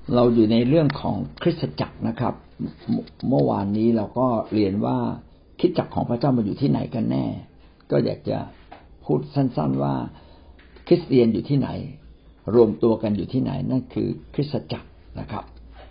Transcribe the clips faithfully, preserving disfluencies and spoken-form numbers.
เราอยู่ในเรื่องของคริสตจักรนะครับเมื่อวานนี้เราก็เรียนว่าคริสตจักรของพระเจ้ามาอยู่ที่ไหนกันแน่ก็อยากจะพูดสั้นๆว่าคริสเตียนอยู่ที่ไหนรวมตัวกันอยู่ที่ไหนนั่นคือคริสตจักรนะครับ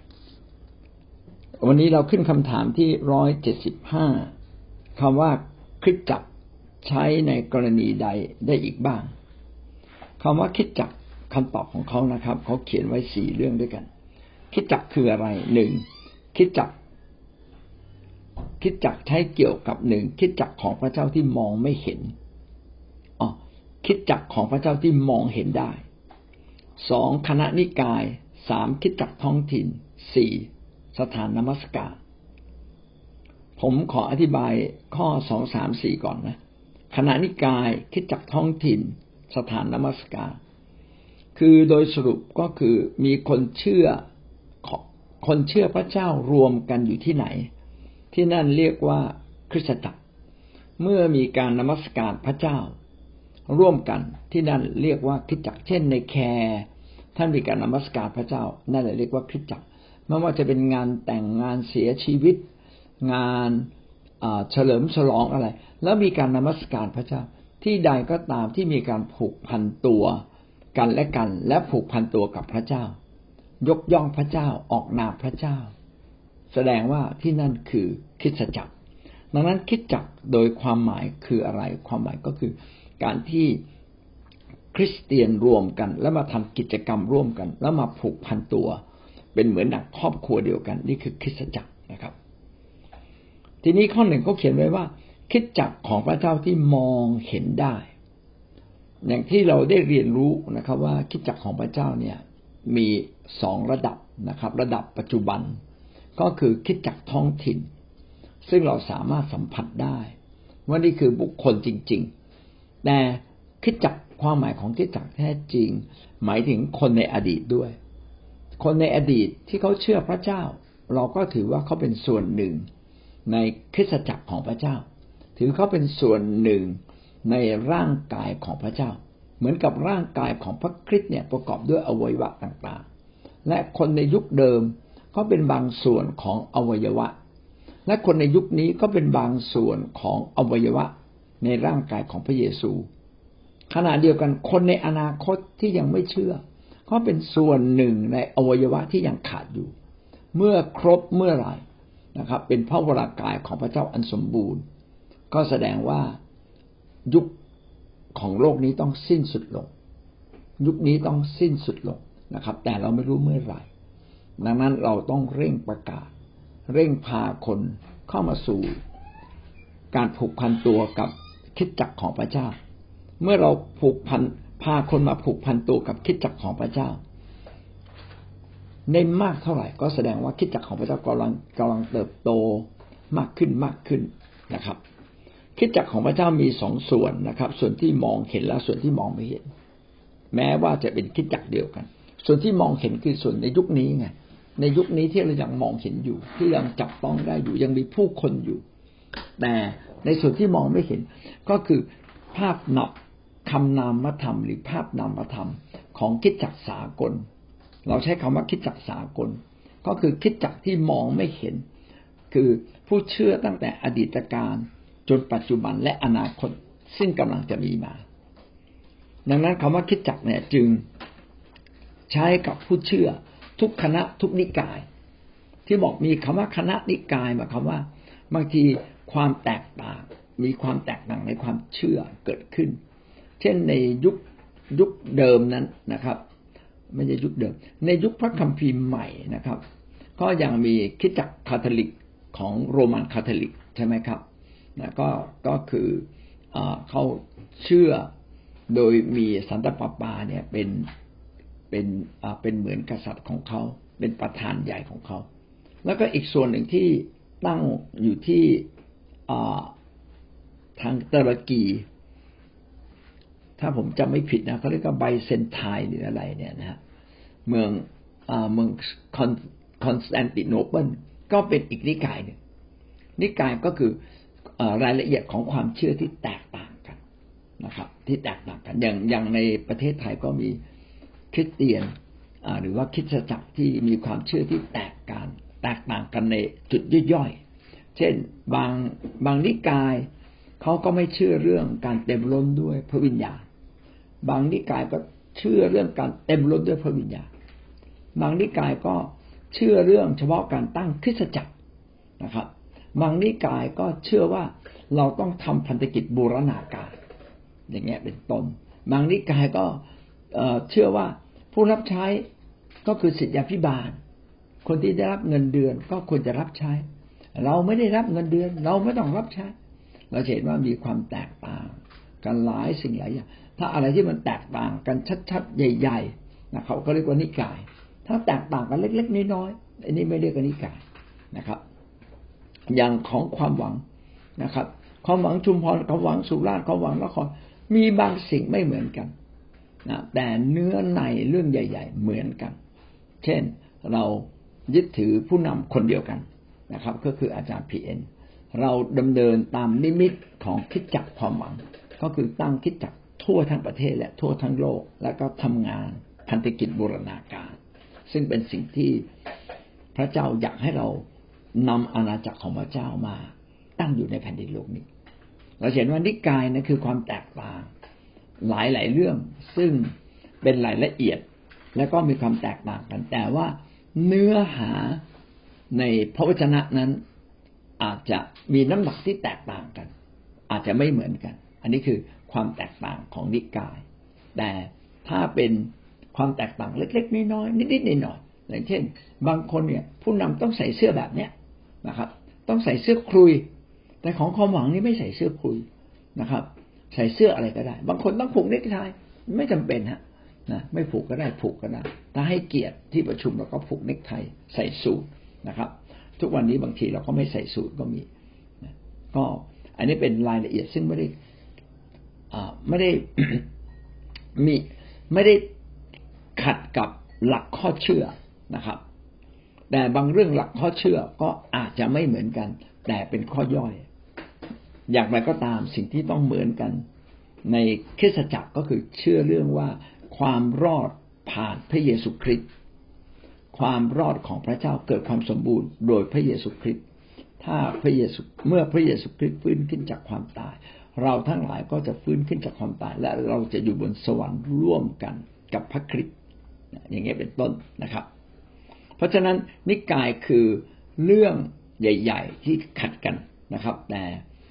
วันนี้เราขึ้นคำถามที่หนึ่งร้อยเจ็ดสิบห้าคำว่าคริสตจักรใช้ในกรณีใดได้อีกบ้างคำว่าคริสตจักรคำตอบของเขานะครับเขาเขียนไว้สี่เรื่องด้วยกันคริสตจักรคืออะไรหนึ่งคริสตจักรคริสตจักรใช้เกี่ยวกับหนึ่งคริสตจักรของพระเจ้าที่มองไม่เห็นอ๋อคริสตจักรของพระเจ้าที่มองเห็นได้สองคณะนิกายสามคริสตจักรท้องถิ่นสี่สถานนมัสการผมขออธิบายข้อสอง สาม สี่ก่อนนะคณะนิกายคริสตจักรท้องถิ่นสถานนมัสการคือโดยสรุปก็คือมีคนเชื่อคนเชื่อพระเจ้ารวมกันอยู่ที่ไหนที่นั่นเรียกว่าคริสตจักรเมื่อมีการนมัสการพระเจ้าร่วมกันที่นั่นเรียกว่าคริสตจักรเช่นในแคร์ท่านมีการนมัสการพระเจ้านั่นแหละเรียกว่าคริสตจักรไม่ว่าจะเป็นงานแต่งงานเสียชีวิตงานเฉลิมฉลองอะไรแล้วมีการนมัสการพระเจ้าที่ใดก็ตามที่มีการผูกพันตัวกันและกันและผูกพันตัวกับพระเจ้ายกย่องพระเจ้าออกนามพระเจ้าแสดงว่าที่นั่นคือคริสตจักรดังนั้นคริสตจักรโดยความหมายคืออะไรความหมายก็คือการที่คริสเตียนรวมกันแล้วมาทำกิจกรรมร่วมกันแล้วมาผูกพันตัวเป็นเหมือนหนักครอบครัวเดียวกันนี่คือคริสตจักรนะครับทีนี้ข้อหนึ่งเขาเขียนไว้ว่าคริสตจักรของพระเจ้าที่มองเห็นได้อย่างที่เราได้เรียนรู้นะครับว่าคริสตจักรของพระเจ้าเนี่ยมีสองระดับนะครับระดับปัจจุบันก็คือคริสตจักรท้องถิ่นซึ่งเราสามารถสัมผัสได้ว่านี่คือบุคคลจริงๆแต่คริสตจักรความหมายของคริสตจักรแท้จริงหมายถึงคนในอดีตด้วยคนในอดีตที่เขาเชื่อพระเจ้าเราก็ถือว่าเขาเป็นส่วนหนึ่งในคริสตจักรของพระเจ้าถือเขาเป็นส่วนหนึ่งในร่างกายของพระเจ้าเหมือนกับร่างกายของพระคริสต์เนี่ยประกอบด้วยอวัยวะต่างๆและคนในยุคเดิมก็เป็นบางส่วนของอวัยวะและคนในยุคนี้ก็เป็นบางส่วนของอวัยวะในร่างกายของพระเยซูขณะเดียวกันคนในอนาคตที่ยังไม่เชื่อก็เป็นส่วนหนึ่งในอวัยวะที่ยังขาดอยู่เมื่อครบเมื่อไหร่นะครับเป็นพระวรากายของพระเจ้าอันสมบูรณ์ก็แสดงว่ายุคของโลกนี้ต้องสิ้นสุดลงยุคนี้ต้องสิ้นสุดลงนะครับแต่เราไม่รู้เมื่อไหร่ดังนั้นเราต้องเร่งประกาศเร่งพาคนเข้ามาสู่การผูกพันตัวกับคริสตจักรของพระเจ้าเมื่อเราผูกพันพาคนมาผูกพันตัวกับคริสตจักรของพระเจ้าได้มากเท่าไหร่ก็แสดงว่าคริสตจักรของพระเจ้ากำลังกำลังเติบโตมากขึ้นมากขึ้นนะครับคริสตจักรของพระเจ้ามีสองส่วนนะครับส่วนที่มองเห็นและส่วนที่มองไม่เห็นแม้ว่าจะเป็นคริสตจักรเดียวกันส่วนที่มองเห็นคือส่วนในยุคนี้ไงในยุคนี้ที่เรายังมองเห็นอยู่ที่ยังจับต้องได้อยู่ยังมีผู้คนอยู่แต่ในส่วนที่มองไม่เห็นก็คือภาพนับคำนามธรรมหรือภาพนามธรรมของคริสตจักรสากลเราใช้คำว่าคริสตจักรสากลก็คือคริสตจักรที่มองไม่เห็นคือผู้เชื่อตั้งแต่อดีตการจนปัจจุบันและอนาคตซึ่งกำลังจะมีมาดังนั้นคำว่าคริสตจักรเนี่ยจึงใช้กับผู้เชื่อทุกคณะทุกนิกายที่บอกมีคำว่าคณะนิกายหมายความว่าบางทีความแตกต่างมีความแตกต่างในความเชื่อเกิดขึ้นเช่นในยุคยุคเดิมนั้นนะครับไม่ใช่ยุคเดิมในยุคพระคัมภีร์ใหม่นะครับก็ยังมีคริสตจักรคาทอลิกของโรมันคาทอลิกใช่ไหมครับนะก็ก็คือเขาเชื่อโดยมีสันตะปาปาเนี่ยเป็นเป็นเป็นเหมือนกษัตริย์ของเขาเป็นประธานใหญ่ของเขาแล้วก็อีกส่วนหนึ่งที่ตั้งอยู่ที่ทางตุรกีถ้าผมจำไม่ผิดนะเขาเรียกว่าไบเซนไทน์หรืออะไรเนี่ยนะฮะเมืองเมืองคอนสแตนติโนเปิลก็เป็นอีกนิกายหนึ่งนิกายก็คือรายละเอียดของความเชื่อที่แตกต่างกันนะครับที่แตกต่างกันอย่างอย่างในประเทศไทยก็มีคริสเตียนหรือว่าคริสตจักรที่มีความเชื่อที่แตกต่างแตกต่างกันในจุดย่อยๆเช่นบางบางนิกายเขาก็ไม่เชื่อเรื่องการเต็มล้นด้วยพระวิญญาณบางนิกายก็เชื่อเรื่องการเต็มล้นด้วยพระวิญญาณบางนิกายก็เชื่อเรื่องเฉพาะการตั้งคริสตจักรนะครับบางนิกายก็เชื่อว่าเราต้องทำพันธกิจบูรณาการอย่างเงี้ยเป็นต้นบางนิกายก็เชื่อว่าผู้รับใช้ก็คือศิษยาภิบาลคนที่ได้รับเงินเดือนก็ควรจะรับใช้เราไม่ได้รับเงินเดือนเราไม่ต้องรับใช้เราเห็นว่ามีความแตกต่างกันหลายสิ่งหลายอย่างถ้าอะไรที่มันแตกต่างกันชัดๆใหญ่ๆนะเขาก็เรียกว่านิกายถ้าแตกต่างกันเล็กๆน้อยๆอันนี้ไม่เรียกว่านิกายนะครับอย่างของความหวังนะครับความหวังชุมพรความหวังสุราษฎร์ความหวังนครมีบางสิ่งไม่เหมือนกันนะแต่เนื้อในเรื่องใหญ่ๆเหมือนกันเช่นเรายึดถือผู้นำคนเดียวกันนะครับก็คืออาจารย์ พี เอ็น เราดำเนินตามนิมิตของคริสตจักรความหวังก็คือตั้งคริสตจักรทั่วทั้งประเทศและทั่วทั้งโลกแล้วก็ทำงานพันธกิจบูรณาการซึ่งเป็นสิ่งที่พระเจ้าอยากให้เรานำอาณาจักรของพระเจ้ามาตั้งอยู่ในแผ่นดินโลกนี้เราเห็นว่านิกายนั่นคือความแตกต่างหลายๆเรื่องซึ่งเป็นรายละเอียดและก็มีความแตกต่างกันแต่ว่าเนื้อหาในพระวจนะนั้นอาจจะมีน้ำหนักที่แตกต่างกันอาจจะไม่เหมือนกันอันนี้คือความแตกต่างของนิกายแต่ถ้าเป็นความแตกต่างเล็กๆน้อยๆนิดๆหน่อยๆอย่างเช่นบางคนเนี่ยผู้นำต้องใส่เสื้อแบบเนี้ยนะครับต้องใส่เสื้อคลุยแต่ของความหวังนี่ไม่ใส่เสื้อคลุยนะครับใส่เสื้ออะไรก็ได้บางคนต้องผูกเนคไทไม่จำเป็นฮะนะไม่ผูกก็ได้ผูกก็ได้ถ้าให้เกียรติที่ประชุมเราก็ผูกเนคไทใส่สูทนะครับทุกวันนี้บางทีเราก็ไม่ใส่สูทก็มีนะก็อันนี้เป็นรายละเอียดซึ่งไม่ได้อ่าไม่ได้ มีไม่ได้ขัดกับหลักข้อเชื่อนะครับแต่บางเรื่องหลักข้อเชื่อก็อาจจะไม่เหมือนกันแต่เป็นข้อย่อยอย่างไรก็ตามสิ่งที่ต้องเหมือนกันในคริสตจักรก็คือเชื่อเรื่องว่าความรอดผ่านพระเยซูคริสต์ความรอดของพระเจ้าเกิดความสมบูรณ์โดยพระเยซูคริสต์ถ้าพระเยซูเมื่อพระเยซูคริสต์ฟื้นขึ้นจากความตายเราทั้งหลายก็จะฟื้นขึ้นจากความตายและเราจะอยู่บนสวรรค์ร่วมกันกับพระคริสต์อย่างนี้เป็นต้นนะครับเพราะฉะนั้นนิกายคือเรื่องใหญ่ๆที่ขัดกันนะครับแต่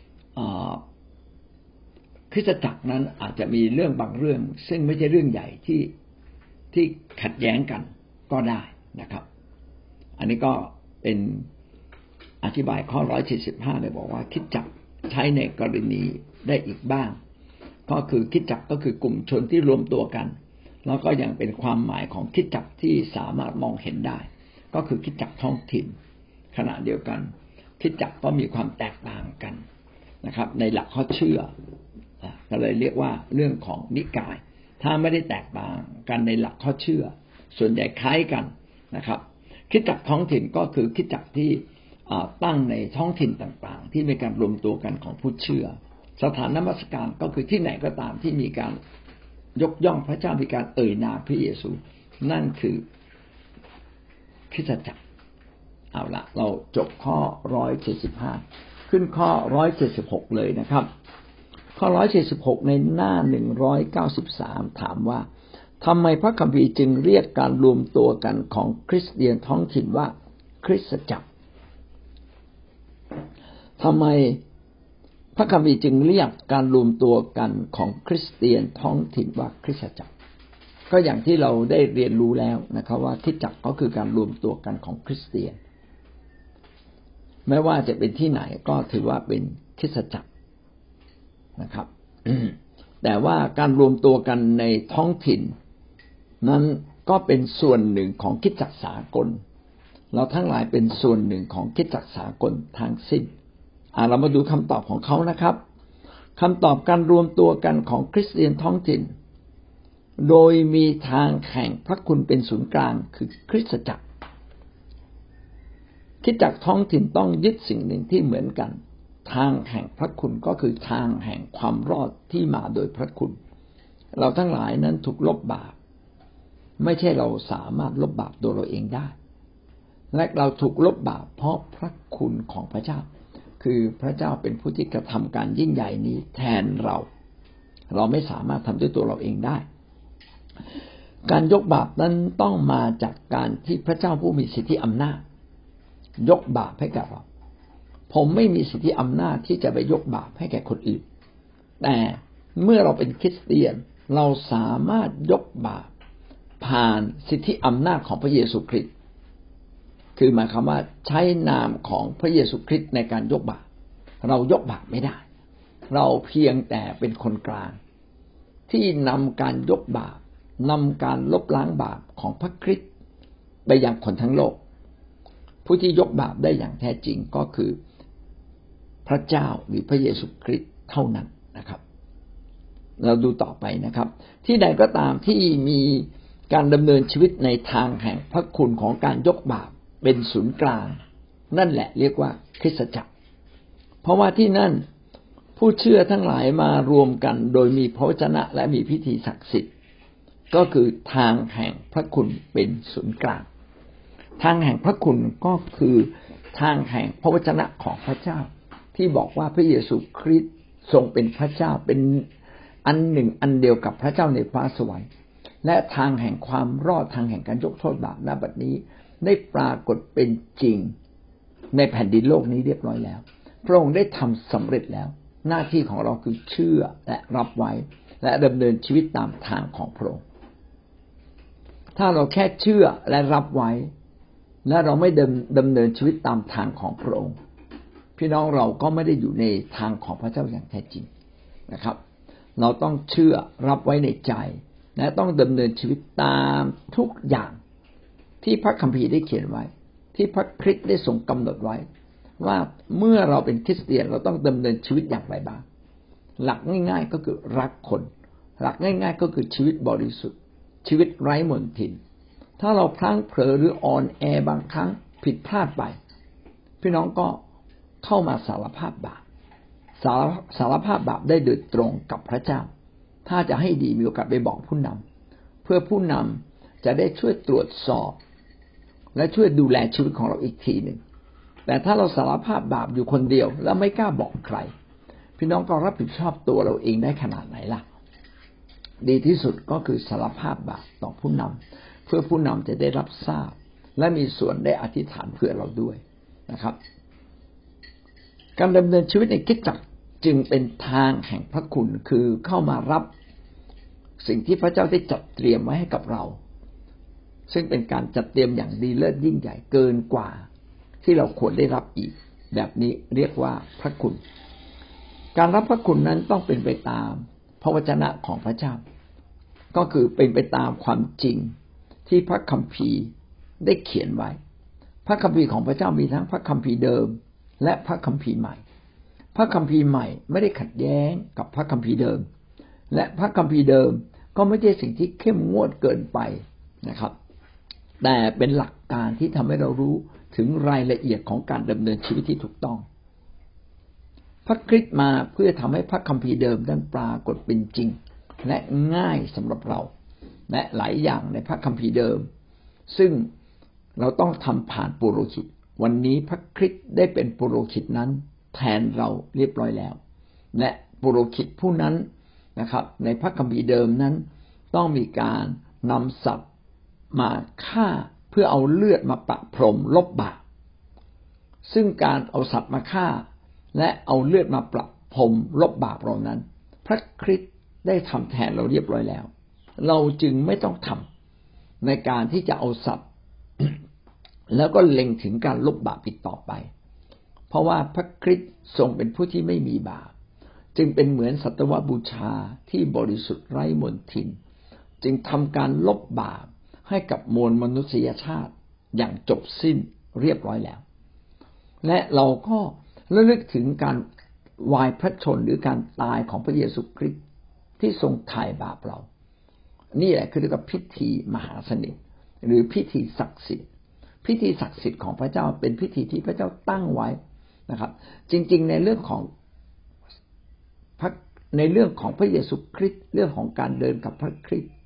คริสตจักรนั้นอาจจะมีเรื่องบางเรื่องซึ่งไม่ใช่เรื่องใหญ่ที่ที่ขัดแย้งกันก็ได้นะครับอันนี้ก็เป็นอธิบายข้อหนึ่งร้อยเจ็ดสิบห้าได้บอกว่าคริสตจักรใช้ในกรณีได้อีกบ้างก็คือคริสตจักรก็คือกลุ่มชนที่รวมตัวกันแล้วก็ยังเป็นความหมายของคริสตจักรที่สามารถมองเห็นได้ก็คือคริสตจักรท้องถิ่นขณะเดียวกันคริสตจักรก็มีความแตกต่างกันนะครับในหลักข้อเชื่อก็เลยเรียกว่าเรื่องของนิกายถ้าไม่ได้แตกต่างกันในหลักข้อเชื่อส่วนใหญ่คล้ายกันนะครับคริสตจักรท้องถิ่นก็คือคริสตจักรที่ตั้งในท้องถิ่นต่างๆที่มีการรวมตัวกันของผู้เชื่อสถานนมัสการก็คือที่ไหนก็ตามที่มีการยกย่องพระเจ้ามีการเอ่ยนามพระเยซูนั่นคือคริสตจักรเอาละเราจบข้อหนึ่งร้อยเจ็ดสิบห้าขึ้นข้อหนึ่งร้อยเจ็ดสิบหกเลยนะครับข้อหนึ่งร้อยเจ็ดสิบหกในหน้าหนึ่งร้อยเก้าสิบสามถามว่าทำไมพระคัมภีร์จึงเรียกการรวมตัวกันของคริสเตียนท้องถิ่นว่าคริสตจักรทำไมพระคัมภีร์จึงเรียกการรวมตัวกันของคริสเตียนท้องถิ่นว่าคริสตจักรก็อย่างที่เราได้เรียนรู้แล้วนะครับว่าคริสตจักรก็คือการรวมตัวกันของคริสเตียนไม่ว่าจะเป็นที่ไหนก็ถือว่าเป็นคริสตจักรนะครับ แต่ว่าการรวมตัวกันในท้องถิ่นนั้นก็เป็นส่วนหนึ่งของคริสตจักรสากลเราทั้งหลายเป็นส่วนหนึ่งของคริสตจักรสากลทั้งสิ้นอ่าเรามาดูคำตอบของเขานะครับคำตอบการรวมตัวกันของคริสเตียนท้องถิ่นโดยมีทางแห่งพระคุณเป็นศูนย์กลางคือคริสตจักรคริสตจักรท้องถิ่นต้องยึดสิ่งหนึ่งที่เหมือนกันทางแห่งพระคุณก็คือทางแห่งความรอดที่มาโดยพระคุณเราทั้งหลายนั้นถูกลบบาปไม่ใช่เราสามารถลบบาปตัวเราเองได้และเราถูกลบบาปเพราะพระคุณของพระเจ้าคือพระเจ้าเป็นผู้ที่กระทำการยิ่งใหญ่นี้แทนเราเราไม่สามารถทำด้วยตัวเราเองได้การยกบาปนั้นต้องมาจากการที่พระเจ้าผู้มีสิทธิอำนาจยกบาปให้กับเราผมไม่มีสิทธิอำนาจที่จะไปยกบาปให้แก่คนอื่นแต่เมื่อเราเป็นคริสเตียนเราสามารถยกบาปผ่านสิทธิอำนาจของพระเยซูคริสต์คือหมายความว่าใช้นามของพระเยซูคริสต์ในการยกบาปเรายกบาปไม่ได้เราเพียงแต่เป็นคนกลางที่นำการยกบาปนำการลบล้างบาปของพระคริสต์ไปยังคนทั้งโลกผู้ที่ยกบาปได้อย่างแท้จริงก็คือพระเจ้าหรือพระเยซูคริสต์เท่านั้นนะครับเราดูต่อไปนะครับที่ใดก็ตามที่มีการดำเนินชีวิตในทางแห่งพระคุณของการยกบาปเป็นศูนย์กลางนั่นแหละเรียกว่าคริสตจักรเพราะว่าที่นั่นผู้เชื่อทั้งหลายมารวมกันโดยมีพระวจนะและมีพิธีศักดิ์สิทธิ์ก็คือทางแห่งพระคุณเป็นศูนย์กลางทางแห่งพระคุณก็คือทางแห่งพระวจนะของพระเจ้าที่บอกว่าพระเยซูคริสต์ทรงเป็นพระเจ้าเป็นอันหนึ่งอันเดียวกับพระเจ้าในฟ้าสวรรค์และทางแห่งความรอดทางแห่งการยกโทษบาปณบัดนี้ได้ปรากฏเป็นจริงในแผ่นดินโลกนี้เรียบร้อยแล้วพระองค์ได้ทำสำเร็จแล้วหน้าที่ของเราคือเชื่อและรับไว้และดำเนินชีวิตตามทางของพระองค์ถ้าเราแค่เชื่อและรับไว้และเราไม่ดำเนินชีวิตตามทางของพระองค์พี่น้องเราก็ไม่ได้อยู่ในทางของพระเจ้าอย่างแท้จริงนะครับเราต้องเชื่อรับไว้ในใจและต้องดำเนินชีวิตตามทุกอย่างที่พระคัมภีร์ได้เขียนไว้ที่พระคริสต์ได้ทรงกำหนดไว้ว่าเมื่อเราเป็นคริสเตียนเราต้องดำเนินชีวิตอย่างไรบ้างหลักง่ายๆก็คือรักคนหลักง่ายๆก็คือชีวิตบริสุทธิ์ชีวิตไร้มลทินถ้าเราพลั้งเผลอหรืออ่อนแอบางครั้งผิดพลาดไปพี่น้องก็เข้ามาสารภาพบาปสารสารภาพบาปได้โดยตรงกับพระเจ้าถ้าจะให้ดีมีโอกาสไปบอกผู้นำเพื่อผู้นำจะได้ช่วยตรวจสอบและช่วยดูแลชีวิตของเราอีกทีหนึ่งแต่ถ้าเราสารภาพบาปอยู่คนเดียวแล้วไม่กล้าบอกใครพี่น้องก็รับผิดชอบตัวเราเองได้ขนาดไหนล่ะดีที่สุดก็คือสารภาพบาปต่อผู้นำเพื่อผู้นำจะได้รับทราบและมีส่วนได้อธิษฐานเพื่อเราด้วยนะครับการดำเนินชีวิตในคริสตจักรจึงเป็นทางแห่งพระคุณคือเข้ามารับสิ่งที่พระเจ้าได้จัดเตรียมไว้ให้กับเราซึ่งเป็นการจัดเตรียมอย่างดีเลิศยิ่งใหญ่เกินกว่าที่เราควรได้รับอีกแบบนี้เรียกว่าพระคุณการรับพระคุณนั้นต้องเป็นไปตามพระวจนะของพระเจ้าก็คือเป็นไปตามความจริงที่พระคัมภีร์ได้เขียนไว้พระคัมภีร์ของพระเจ้ามีทั้งพระคัมภีร์เดิมและพระคัมภีร์ใหม่พระคัมภีร์ใหม่ไม่ได้ขัดแย้งกับพระคัมภีร์เดิมและพระคัมภีร์เดิมก็ไม่ใช่สิ่งที่เข้มงวดเกินไปนะครับแต่เป็นหลักการที่ทำให้เรารู้ถึงรายละเอียดของการดำเนินชีวิตที่ถูกต้องพระคริสต์มาเพื่อทำให้พระคัมภีร์เดิมนั้นปรากฏเป็นจริงและง่ายสำหรับเราและหลายอย่างในพระคัมภีร์เดิมซึ่งเราต้องทำผ่านปุโรหิตวันนี้พระคริสต์ได้เป็นปุโรหิตนั้นแทนเราเรียบร้อยแล้วและปุโรหิตผู้นั้นนะครับในพระคัมภีร์เดิมนั้นต้องมีการนำสัตว์มาฆ่าเพื่อเอาเลือดมาประพรมลบบาปซึ่งการเอาสัตว์มาฆ่าและเอาเลือดมาประพรมลบบาปเรานั้นพระคริสต์ได้ทำแทนเราเรียบร้อยแล้วเราจึงไม่ต้องทำในการที่จะเอาสัตว์ แล้วก็เล็งถึงการลบบาปอีกต่อไปเพราะว่าพระคริสต์ทรงเป็นผู้ที่ไม่มีบาปจึงเป็นเหมือนสัตวบูชาที่บริสุทธิ์ไร้มลทินจึงทำการลบบาปให้กับมวลมนุษยชาติอย่างจบสิ้นเรียบร้อยแล้วและเราก็ระลึกถึงการวายพระชนหรือการตายของพระเยซูคริสต์ที่ทรงไถ่บาปเรานี่แหละคือเรียกว่าพิธีมหาสนิทหรือพิธีศักดิ์สิทธิ์พิธีศักดิ์สิทธิ์ของพระเจ้าเป็นพิธีที่พระเจ้าตั้งไว้นะครับจริงๆในเรื่องของพระในเรื่องของพระเยซูคริสต์เรื่องของการเดินกับพระคริสต์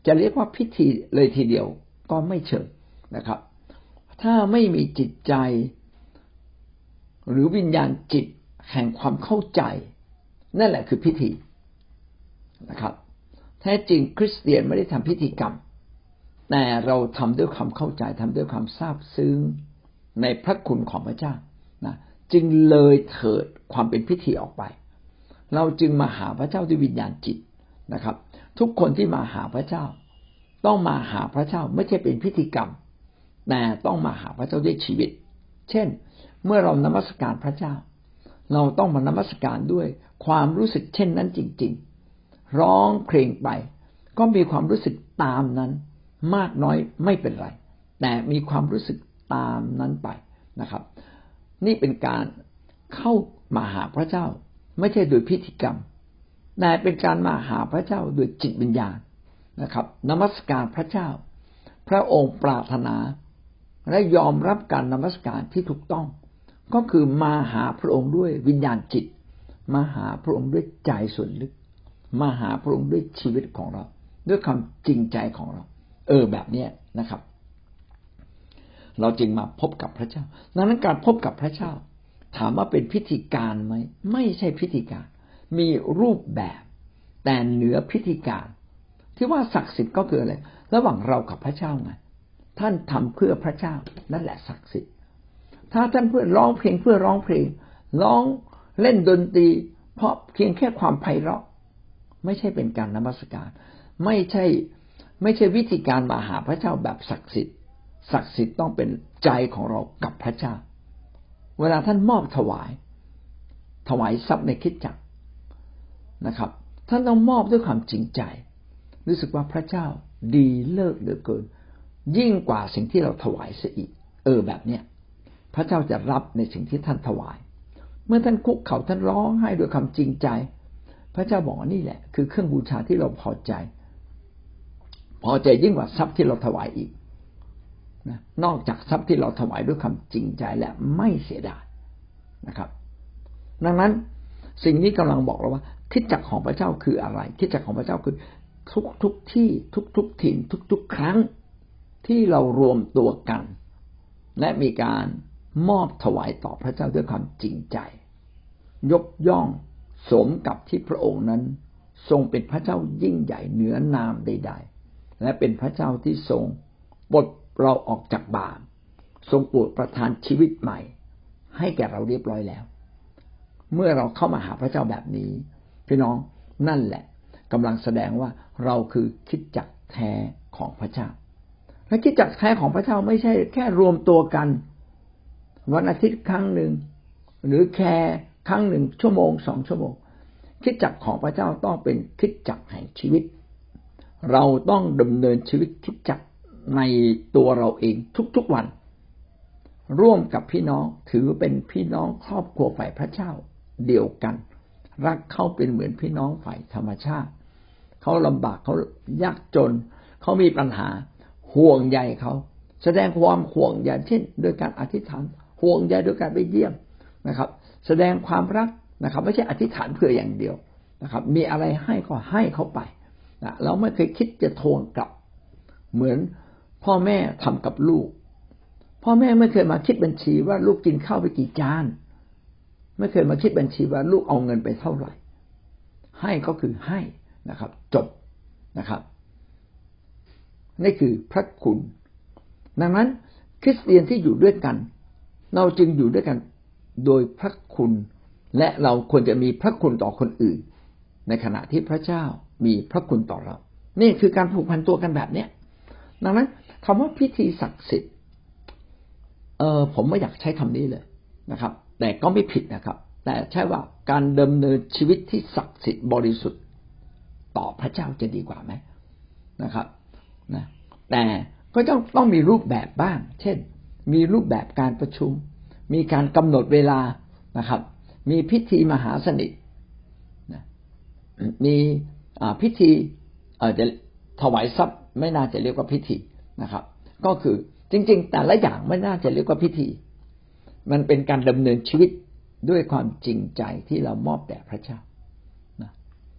จะเรียกว่าพิธีเลยทีเดียวก็ไม่เชิงนะครับถ้าไม่มีจิตใจหรือวิญญาณจิตแห่งความเข้าใจนั่นแหละคือพิธีนะครับแท้จริงคริสเตียนไม่ได้ทำพิธีกรรมแต่เราทำด้วยความเข้าใจทำด้วยความซาบซึ้งในพระคุณของพระเจ้านะจึงเลยเถิดความเป็นพิธีออกไปเราจึงมาหาพระเจ้าด้วยวิญญาณจิตนะครับทุกคนที่มาหาพระเจ้าต้องมาหาพระเจ้าไม่ใช่เป็นพิธีกรรมแต่ต้องมาหาพระเจ้าด้วยชีวิตเช่นเมื่อเรานมัสการพระเจ้าเราต้องมานมัสการด้วยความรู้สึกเช่นนั้นจริงๆร้องเพลงไปก็มีความรู้สึกตามนั้นมากน้อยไม่เป็นไรแต่มีความรู้สึกตามนั้นไปนะครับนี่เป็นการเข้ามาหาพระเจ้าไม่ใช่โดยพิธีกรรมแต่เป็นการมาหาพระเจ้าโดยจิตวิญญาณนะครับนมัสการพระเจ้าพระองค์ปรารถนาและยอมรับการนมัสการที่ถูกต้องก็คือมาหาพระองค์ด้วยวิญญาณจิตมาหาพระองค์ด้วยใจส่วนลึกมาหาพระองค์ด้วยชีวิตของเราด้วยความจริงใจของเราเออแบบนี้นะครับเราจึงมาพบกับพระเจ้าดังนั้นการพบกับพระเจ้าถามว่าเป็นพิธีการไหมไม่ใช่พิธีการมีรูปแบบแต่เหนือพิธีการที่ว่าศักดิ์สิทธิ์ก็คืออะไรระหว่างเรากับพระเจ้าไงท่านทำเพื่อพระเจ้านั่นแหละศักดิ์สิทธิ์ถ้าท่านเพื่อร้องเพลงเพื่อร้องเพลงร้องเล่นดนตรีเพราะเพียงแค่ความไพเราะไม่ใช่เป็นการนมัสการไม่ใช่ไม่ใช่วิธีการมาหาพระเจ้าแบบศักดิ์สิทธิ์ศักดิ์สิทธิ์ต้องเป็นใจของเรากับพระเจ้าเวลาท่านมอบถวายถวายทรัพย์ในคริสตจักรนะครับท่านต้องมอบด้วยความจริงใจรู้สึกว่าพระเจ้าดีเลิศเหลือเกินยิ่งกว่าสิ่งที่เราถวายเสียอีกเออแบบเนี้ยพระเจ้าจะรับในสิ่งที่ท่านถวายเมื่อท่านคุกเข่าท่านร้องไห้ด้วยความจริงใจพระเจ้าบอกว่านี่แหละคือเครื่องบูชาที่เราพอใจพอใจยิ่งกว่าทรัพย์ที่เราถวายอีกนะนอกจากทรัพย์ที่เราถวายด้วยความจริงใจและไม่เสียดายนะครับดังนั้นสิ่งนี้กำลังบอกเราว่าคริสตจักรของพระเจ้าคืออะไรคริสตจักรของพระเจ้าคือทุกทุกที่ทุกทุกถิ่นทุกทุกครั้งที่เรารวมตัวกันและมีการมอบถวายต่อพระเจ้าด้วยความจริงใจยกย่องสมกับที่พระองค์นั้นทรงเป็นพระเจ้ายิ่งใหญ่เหนือนามใดๆและเป็นพระเจ้าที่ทรงปลดเราออกจากบาปทรงโปรดประทานชีวิตใหม่ให้แก่เราเรียบร้อยแล้วเมื่อเราเข้ามาหาพระเจ้าแบบนี้พี่น้องนั่นแหละกำลังแสดงว่าเราคือคริสตจักรแท้ของพระเจ้าและคริสตจักรแท้ของพระเจ้าไม่ใช่แค่รวมตัวกันวันอาทิตย์ครั้งหนึ่งหรือแค่ครั้งหนึ่งชั่วโมงสองชั่วโมงคริสตจักรของพระเจ้าต้องเป็นคริสตจักรแห่งชีวิตเราต้องดำเนินชีวิตคริสตจักรในตัวเราเองทุกๆวันร่วมกับพี่น้องถือเป็นพี่น้องครอบครัวฝ่ายพระเจ้าเดียวกันรักเขาเป็นเหมือนพี่น้องฝ่ายธรรมชาติเขาลำบากเขายากจนเขามีปัญหาห่วงใยเขาแสดงความห่วงใยเช่นโดยการอธิษฐานห่วงใยโดยการไปเยี่ยมนะครับแสดงความรักนะครับไม่ใช่อธิษฐานเพื่ออย่างเดียวนะครับมีอะไรให้ก็ให้เขาไปนะเราไม่เคยคิดจะทวงกลับเหมือนพ่อแม่ทำกับลูกพ่อแม่ไม่เคยมาคิดบัญชีว่าลูกกินข้าวไปกี่จานไม่เคยมาคิดบัญชีว่าลูกเอาเงินไปเท่าไหร่ให้ก็คือให้นะครับจบนะครับนี่คือพระคุณดังนั้นคริสเตียนที่อยู่ด้วยกันเราจึงอยู่ด้วยกันโดยพระคุณและเราควรจะมีพระคุณต่อคนอื่นในขณะที่พระเจ้ามีพระคุณต่อเรานี่คือการผูกพันตัวกันแบบนี้ดังนั้นคำว่าพิธีศักดิ์สิทธิ์เออผมไม่อยากใช้คำนี้เลยนะครับแต่ก็ไม่ผิดนะครับแต่ใช่ว่าการดำเนินชีวิตที่ศักดิ์สิทธิ์บริสุทธิ์ต่อพระเจ้าจะดีกว่าไหมนะครับนะแต่ก็ต้องต้องมีรูปแบบบ้างเช่นมีรูปแบบการประชุมมีการกำหนดเวลานะครับมีพิธีมหาสนิทนะมีพิธีเอ่อจะถวายทรัพย์ไม่น่าจะเรียกว่าพิธีนะครับก็คือจริงๆแต่ละอย่างไม่น่าจะเรียกว่าพิธีมันเป็นการดำเนินชีวิตด้วยความจริงใจที่เรามอบแด่พระเจ้านะ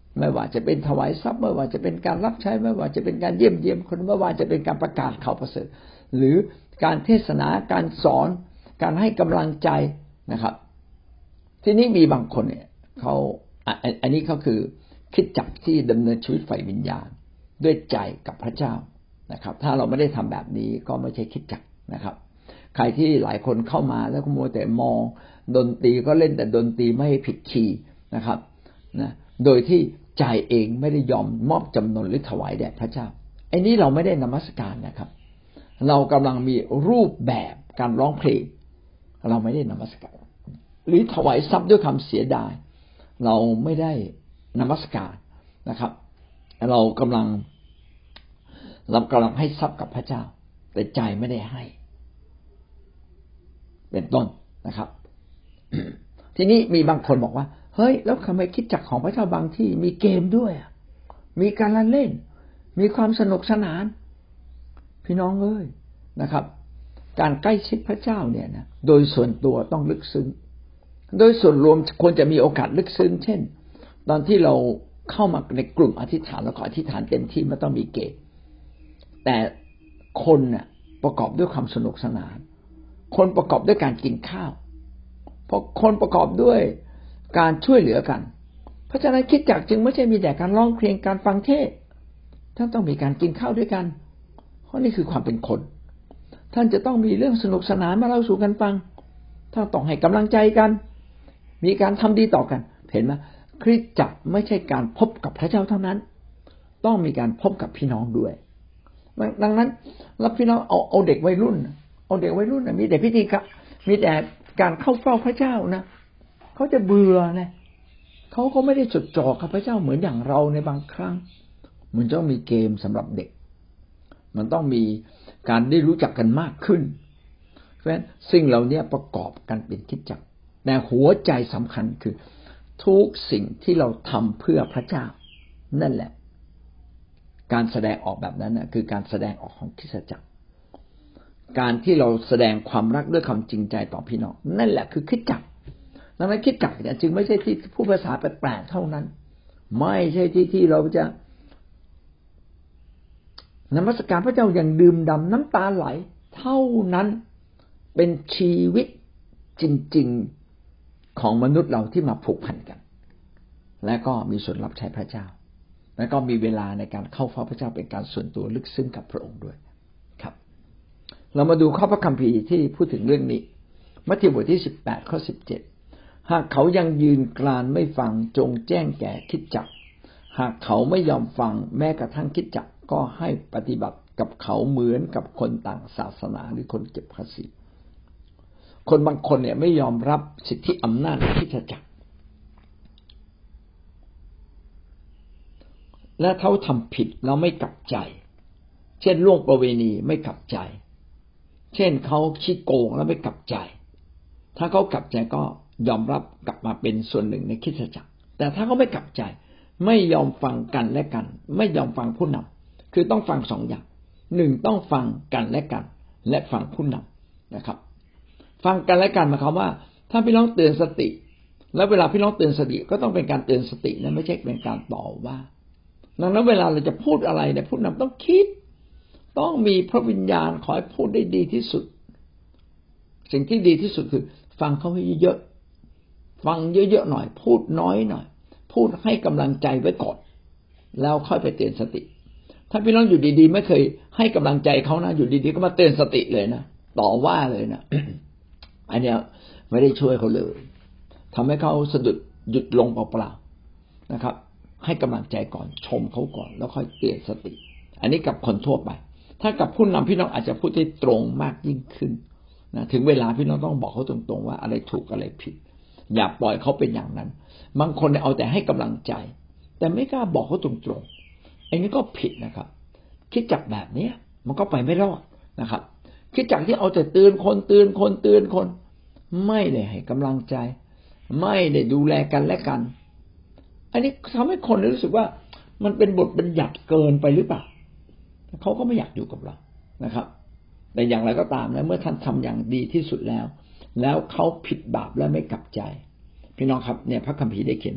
ไม่ว่าจะเป็นถวายทรัพย์ไม่ว่าจะเป็นการรับใช้ไม่ว่าจะเป็นการเยี่ยมเยียมคนไม่ว่าจะเป็นการประกาศข่าวประเสริฐหรือการเทศนาการสอนการให้กำลังใจนะครับที่นี้มีบางคนเนี่ยเขาอันนี้เขาคือคริสตจักรที่ดำเนินชีวิตฝ่ายวิญญาณด้วยใจกับพระเจ้านะครับถ้าเราไม่ได้ทำแบบนี้ก็ไม่ใช่คริสตจักรนะครับใครที่หลายคนเข้ามาแล้วก็มัวแต่มองดนตรีก็เล่นแต่ดนตรีไม่ให้ผิดคีย์นะครับนะโดยที่ใจเองไม่ได้ยอมมอบจำนนหรือถวายแด่พระเจ้าไอ้นี้เราไม่ได้นมัสการนะครับเรากำลังมีรูปแบบการร้องเพลงเราไม่ได้นมัสการหรือถวายทรัพย์ด้วยคำเสียดายเราไม่ได้นมัสการนะครับเรากำลังเรากำลังให้ทรัพย์กับพระเจ้าแต่ใจไม่ได้ให้เป็นต้นนะครับ ทีนี้มีบางคนบอกว่าเฮ้ยแล้วทำไมคริสตจักรของพระเจ้าบางที่มีเกมด้วยมีการละเล่นมีความสนุกสนานพี่น้องเอ้ยนะครับการใกล้ชิดพระเจ้าเนี่ยนะโดยส่วนตัวต้องลึกซึ้งโดยส่วนรวมควรจะมีโอกาสลึกซึ้งเช่นตอนที่เราเข้ามาในกลุ่มอธิษฐานแล้วก็อธิษฐานเต็มที่ไม่ต้องมีเกมแต่คนน่ะประกอบด้วยความสนุกสนานคนประกอบด้วยการกินข้าวเพราะคนประกอบด้วยการช่วยเหลือกันเพราะฉะนั้นคริสตจักรจึงไม่ใช่มีแต่การร้องเพลงการฟังเทศน์ท่านต้องมีการกินข้าวด้วยกันเพราะนี่คือความเป็นคนท่านจะต้องมีเรื่องสนุกสนานมาเล่าสู่กันฟังท่านต้องให้กำลังใจกันมีการทำดีต่อกันเห็นไหมคริสตจักรไม่ใช่การพบกับพระเจ้าเท่านั้นต้องมีการพบกับพี่น้องด้วยดังนั้นแล้วพี่น้องเอาเอาเด็กวัยรุ่นเอาเด็กวัยรุ่นมีแต่พิธีกรรมมีแต่การเข้าเฝ้าพระเจ้านะเขาจะเบื่อนะเขาก็ไม่ได้จดจ่อกับพระเจ้าเหมือนอย่างเราในบางครั้งมันต้องมีเกมสำหรับเด็กมันต้องมีการได้รู้จักกันมากขึ้นเพราะฉะนั้นสิ่งเหล่านี้ประกอบกันเป็นคริสตจักรแต่หัวใจสำคัญคือทุกสิ่งที่เราทำเพื่อพระเจ้านั่นแหละการแสดงออกแบบนั้นนะคือการแสดงออกของคริสตจักรการที่เราแสดงความรักด้วยความจริงใจต่อพี่น้องนั่นแหละคือคริสตจักรดังนั้นคริสตจักรเนี่ยจึงไม่ใช่ที่ผู้ภาษาแปลกๆเท่านั้นไม่ใช่ที่ที่เราจะนมัสการพระเจ้าอย่างดื่มด่ำน้ำตาไหลเท่านั้นเป็นชีวิตจริงๆของมนุษย์เราที่มาผูกพันกันและก็มีส่วนรับใช้พระเจ้าและก็มีเวลาในการเข้าเฝ้าพระเจ้าเป็นการส่วนตัวลึกซึ้งกับพระองค์ด้วยครับเรามาดูข้อพระคัมภีร์ที่พูดถึงเรื่องนี้มัทธิวบทที่สิบแปดข้อสิบเจ็ดหากเขายังยืนกรานไม่ฟังจงแจ้งแก่คริสตจักรหากเขาไม่ยอมฟังแม้กระทั่งคริสตจักรก็ให้ปฏิบัติกับเขาเหมือนกับคนต่างศาสนาหรือคนเก็บภาษีคนบางคนเนี่ยไม่ยอมรับสิทธิอำนาจของคริสตจักรและเขาทำผิดแล้วไม่กลับใจเช่นล่วงประเวณีไม่กลับใจเช่นเขาขี้โกงแล้วไม่กลับใจถ้าเขากลับใจก็ยอมรับกลับมาเป็นส่วนหนึ่งในคริสตจักรแต่ถ้าเขาไม่กลับใจไม่ยอมฟังกันและกันไม่ยอมฟังผู้นำคือต้องฟังสองอย่างหนึ่งต้องฟังกันและกันและฟังผู้นำนะครับฟังกันและกันหมายความว่าถ้าพี่น้องเตือนสติแล้วเวลาพี่น้องเตือนสติก็ต้องเป็นการเตือนสตินะไม่ใช่เป็นการต่อว่าดังนั้นเวลาเราจะพูดอะไรเนี่ยผู้นำต้องคิดต้องมีพระวิญญาณขอให้พูดได้ดีที่สุดสิ่งที่ดีที่สุดคือฟังเขาให้เยอะฟังเยอะๆหน่อยพูดน้อยหน่อยพูดให้กำลังใจไว้ก่อนแล้วค่อยไปเตือนสติถ้าพี่น้องอยู่ดีๆไม่เคยให้กำลังใจเขานะอยู่ดีๆก็มาเตือนสติเลยนะต่อว่าเลยนะ อันเนี้ยไม่ได้ช่วยเขาเลยทำให้เขาสะดุดหยุดลงเปล่าๆนะครับให้กำลังใจก่อนชมเขาก่อนแล้วค่อยเตือนสติอันนี้กับคนทั่วไปถ้ากับผู้นำพี่น้องอาจจะพูดได้ตรงมากยิ่งขึ้นนะถึงเวลาพี่น้องต้องบอกเขาตรงๆว่าอะไรถูกอะไรผิดอย่าปล่อยเขาเป็นอย่างนั้นบางคนเอาแต่ให้กำลังใจแต่ไม่กล้าบอกเขาตรงๆอันนี้ก็ผิดนะครับคิดจักแบบนี้มันก็ไปไม่รอดนะครับคิดจักที่เอาแต่เตือนคนเตือนคนเตือนคนไม่ได้ให้กำลังใจไม่ได้ดูแลกันและกันอันนี้ทำให้คนรู้สึกว่ามันเป็นบทบัญญัติเกินไปหรือเปล่าเขาก็ไม่อยากอยู่กับเรานะครับแต่อย่างไรก็ตามนะเมื่อท่านทำอย่างดีที่สุดแล้วแล้วเขาผิดบาปและไม่กลับใจพี่น้องครับเนี่ยพระคัมภีร์ได้เขียนไว้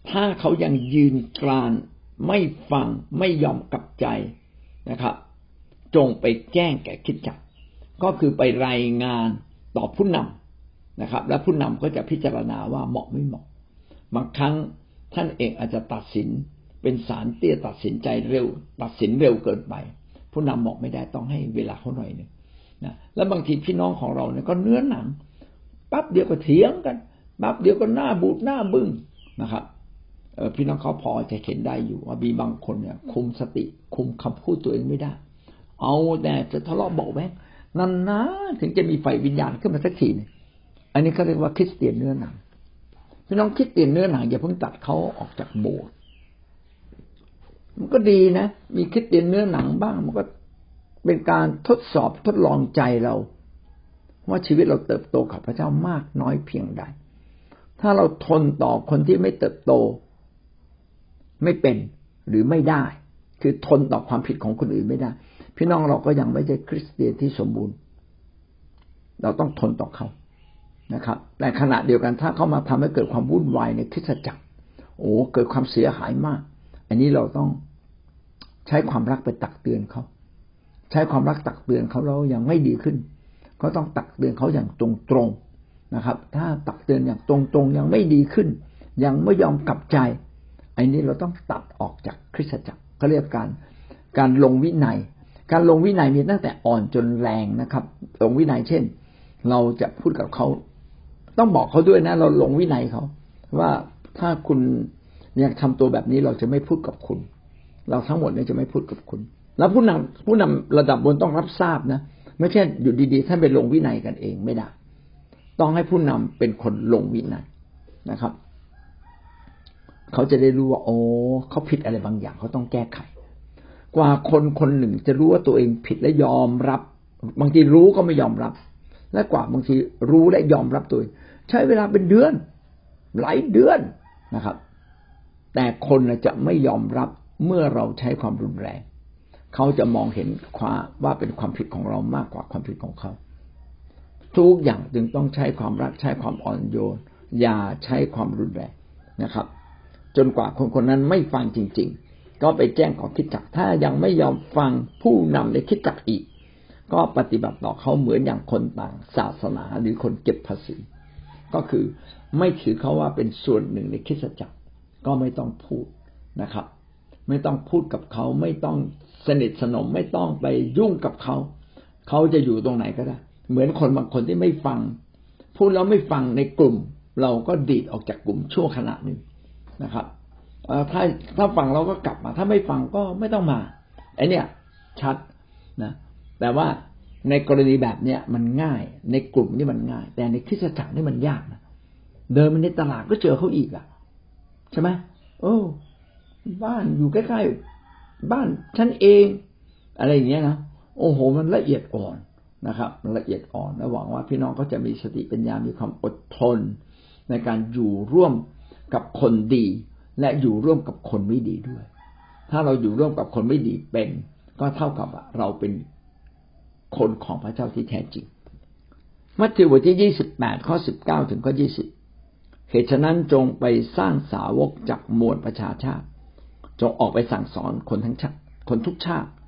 ถ้าเขายังยืนกรานไม่ฟังไม่ยอมกลับใจนะครับจงไปแจ้งแก่คริสตจักรก็คือไปรายงานต่อผู้นำนะครับและผู้นำก็จะพิจารณาว่าเหมาะไม่เหมาะบางครั้งท่านเองอาจจะตัดสินเป็นศาลเตี้ยตัดสินใจเร็วตัดสินเร็วเกินไปผู้นำบอกไม่ได้ต้องให้เวลาเขาหน่อยนึงนะแล้วบางทีพี่น้องของเราเนี่ยก็เนื้อหนังปั๊บเดียวก็เถียงกันปั๊บเดียวก็หน้าบูดหน้าบึ้งนะครับเออพี่น้องเขาพอจะเห็นได้อยู่ว่ามีบางคนเนี่ยคุมสติคุมคำพูดตัวเองไม่ได้เอาแต่จะทะเลาะเบาะแว้งนานๆถึงจะมีไฟวิญญาณขึ้นมาสักทีนึงอันนี้เขาเรียกว่าคริสเตียนเนื้อหนังพี่น้องคริสเตียนเนื้อหนังอย่าเพิ่งตัดเขาออกจากโบสถ์มันก็ดีนะมีคริสเตียนเนื้อหนังบ้างมันก็เป็นการทดสอบทดลองใจเราว่าชีวิตเราเติบโตกับพระเจ้ามากน้อยเพียงใดถ้าเราทนต่อคนที่ไม่เติบโตไม่เป็นหรือไม่ได้คือทนต่อความผิดของคนอื่นไม่ได้พี่น้องเราก็ยังไม่ใช่คริสเตียนที่สมบูรณ์เราต้องทนต่อเขานะครับแต่ขณะเดียวกันถ้าเขามาทำให้เกิดความวุ่นวายในคริสตจักรโอ้เกิดความเสียหายมากอันนี้เราต้องใช้ความรักไปตักเตือนเขาใช้ความรักตักเตือนเขาแล้วยังไม่ดีขึ้นก็ต้องตักเตือนเขาอย่างตรงๆนะครับถ้าตักเตือนอย่างตรงๆยังไม่ดีขึ้นยังไม่ยอมกลับใจอันนี้เราต้องตัดออกจากคริสตจักรเขาเรียกการการลงวินัยการลงวินัยมีตั้งแต่อ่อนจนแรงนะครับลงวินัยเช่นเราจะพูดกับเขาต้องบอกเขาด้วยนะเราลงวินัยเขาว่าถ้าคุณอยากทำตัวแบบนี้เราจะไม่พูดกับคุณเราทั้งหมดเนี่ยจะไม่พูดกับคุณแล้วผู้นำผู้นำระดับบนต้องรับทราบนะไม่ใช่อยู่ดีๆท่านไปลงวินัยกันเองไม่ได้ต้องให้ผู้นำเป็นคนลงวินัยนะครับเขาจะได้รู้ว่าโอ้เขาผิดอะไรบางอย่างเขาต้องแก้ไขกว่าคนคนหนึ่งจะรู้ว่าตัวเองผิดและยอมรับบางทีรู้ก็ไม่ยอมรับและกว่าบางทีรู้และยอมรับตัวเองใช้เวลาเป็นเดือนหลายเดือนนะครับแต่คนจะไม่ยอมรับเมื่อเราใช้ความรุนแรงเขาจะมองเห็นความว่าเป็นความผิดของเรามากกว่าความผิดของเขาทุกอย่างจึงต้องใช้ความรักใช้ความอ่อนโยนอย่าใช้ความรุนแรงนะครับจนกว่าคนคนนั้นไม่ฟังจริงๆก็ไปแจ้งของคริสตจักรถ้ายังไม่ยอมฟังผู้นำในคริสตจักรอีกก็ปฏิบัติต่อเขาเหมือนอย่างคนต่างศาสนาหรือคนเก็บภาษีก็คือไม่ถือเขาว่าเป็นส่วนหนึ่งในคริสตจักรก็ไม่ต้องพูดนะครับไม่ต้องพูดกับเขาไม่ต้องสนิทสนมไม่ต้องไปยุ่งกับเขาเขาจะอยู่ตรงไหนก็ได้เหมือนคนบางคนที่ไม่ฟังพูดแล้วไม่ฟังในกลุ่มเราก็ดีดออกจากกลุ่มชั่วขณะหนึ่งนะครับถ้าถ้าฟังเราก็กลับมาถ้าไม่ฟังก็ไม่ต้องมาไอ้เนี่ยชัดนะแต่ว่าในกรณีแบบเนี้ยมันง่ายในกลุ่มนี่มันง่ายแต่ในคริสตจักรนี่มันยากนะเดินไปในตลาดก็เจอเขาอีกอ่ะใช่ไหมโอ้บ้านอยู่ใกล้ๆบ้านฉันเองอะไรอย่างเงี้ยนะโอ้โหมันละเอียดอ่อนนะครับมันละเอียดอ่อนและหวังว่าพี่น้องก็จะมีสติปัญญามีความอดทนในการอยู่ร่วมกับคนดีและอยู่ร่วมกับคนไม่ดีด้วยถ้าเราอยู่ร่วมกับคนไม่ดีเป็นก็เท่ากับเราเป็นคนของพระเจ้าที่แท้จริงมัทธิวบทที่ยี่สิบแปดข้อสิบเก้าถึงข้อยี่สิบเหตุฉะนั้นจงไปสร้างสาวกจากมวลประชาชาติจงออกไปสั่งสอนคนทั้งชาติคนทุกชาติ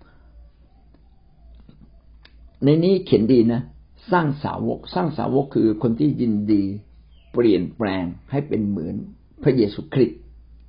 ในนี้เขียนดีนะสร้างสาวกสร้างสาวกคือคนที่ยินดีเปลี่ยนแปลงให้เป็นเหมือนพระเยซูคริสต์